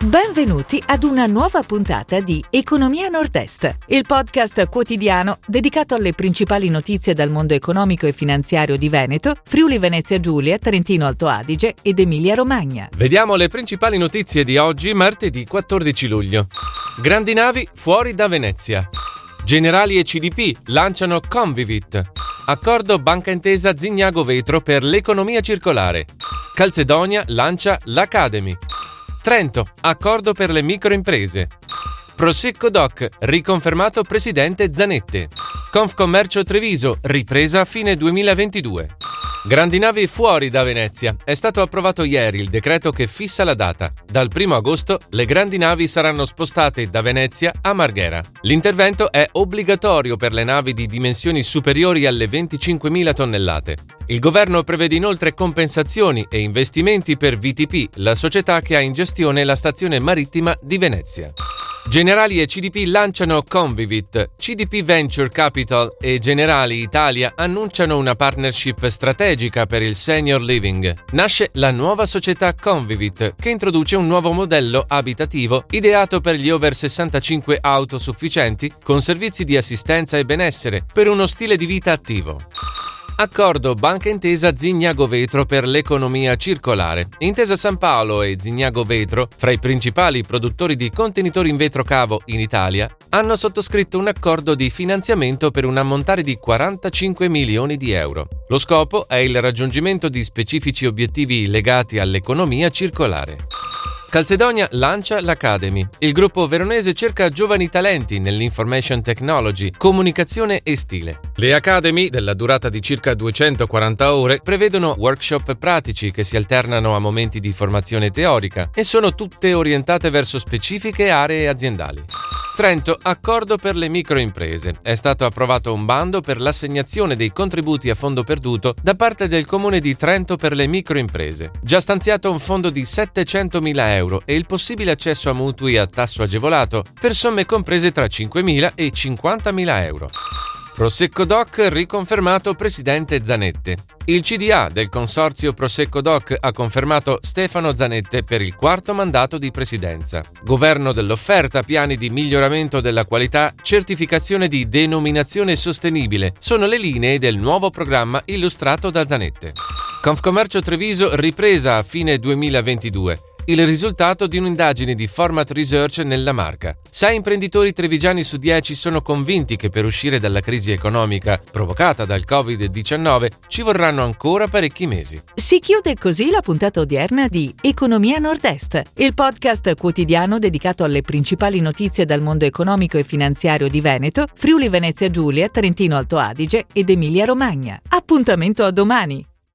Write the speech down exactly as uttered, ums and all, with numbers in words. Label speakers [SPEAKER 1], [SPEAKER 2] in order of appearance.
[SPEAKER 1] Benvenuti ad una nuova puntata di Economia Nord-Est, il podcast quotidiano dedicato alle principali notizie dal mondo economico e finanziario di Veneto, Friuli Venezia Giulia, Trentino Alto Adige ed Emilia Romagna.
[SPEAKER 2] Vediamo le principali notizie di oggi, martedì quattordici luglio. Grandi navi fuori da Venezia. Generali e C D P lanciano Convivit. Accordo Banca Intesa Zignago Vetro per l'economia circolare. Calzedonia lancia l'Academy. Trento, accordo per le microimprese. Prosecco Doc, riconfermato presidente Zanette. Confcommercio Treviso, ripresa a fine duemilaventidue. Grandi navi fuori da Venezia. È stato approvato ieri il decreto che fissa la data. Dal primo agosto le grandi navi saranno spostate da Venezia a Marghera. L'intervento è obbligatorio per le navi di dimensioni superiori alle venticinquemila tonnellate. Il governo prevede inoltre compensazioni e investimenti per V T P, la società che ha in gestione la stazione marittima di Venezia. Generali e C D P lanciano Convivit. C D P Venture Capital e Generali Italia annunciano una partnership strategica per il senior living. Nasce la nuova società Convivit, che introduce un nuovo modello abitativo ideato per gli over sessantacinque autosufficienti con servizi di assistenza e benessere per uno stile di vita attivo. Accordo Banca Intesa Zignago Vetro per l'economia circolare. Intesa San Paolo e Zignago Vetro, fra i principali produttori di contenitori in vetro cavo in Italia, hanno sottoscritto un accordo di finanziamento per un ammontare di quarantacinque milioni di euro. Lo scopo è il raggiungimento di specifici obiettivi legati all'economia circolare. Calzedonia lancia l'Academy. Il gruppo veronese cerca giovani talenti nell'information technology, comunicazione e stile. Le Academy, della durata di circa duecentoquaranta ore, prevedono workshop pratici che si alternano a momenti di formazione teorica e sono tutte orientate verso specifiche aree aziendali. Trento, accordo per le microimprese. È stato approvato un bando per l'assegnazione dei contributi a fondo perduto da parte del comune di Trento per le microimprese. Già stanziato un fondo di settecentomila euro e il possibile accesso a mutui a tasso agevolato per somme comprese tra cinquemila e cinquantamila euro. Prosecco Doc riconfermato presidente Zanette. Il C D A del consorzio Prosecco Doc ha confermato Stefano Zanette per il quarto mandato di presidenza. Governo dell'offerta, piani di miglioramento della qualità, certificazione di denominazione sostenibile sono le linee del nuovo programma illustrato da Zanette. Confcommercio Treviso ripresa a fine duemilaventidue. Il risultato di un'indagine di Format Research nella Marca. Sei imprenditori trevigiani su dieci sono convinti che per uscire dalla crisi economica provocata dal covid diciannove ci vorranno ancora parecchi mesi.
[SPEAKER 1] Si chiude così la puntata odierna di Economia Nord-Est, il podcast quotidiano dedicato alle principali notizie dal mondo economico e finanziario di Veneto, Friuli Venezia Giulia, Trentino Alto Adige ed Emilia Romagna. Appuntamento a domani!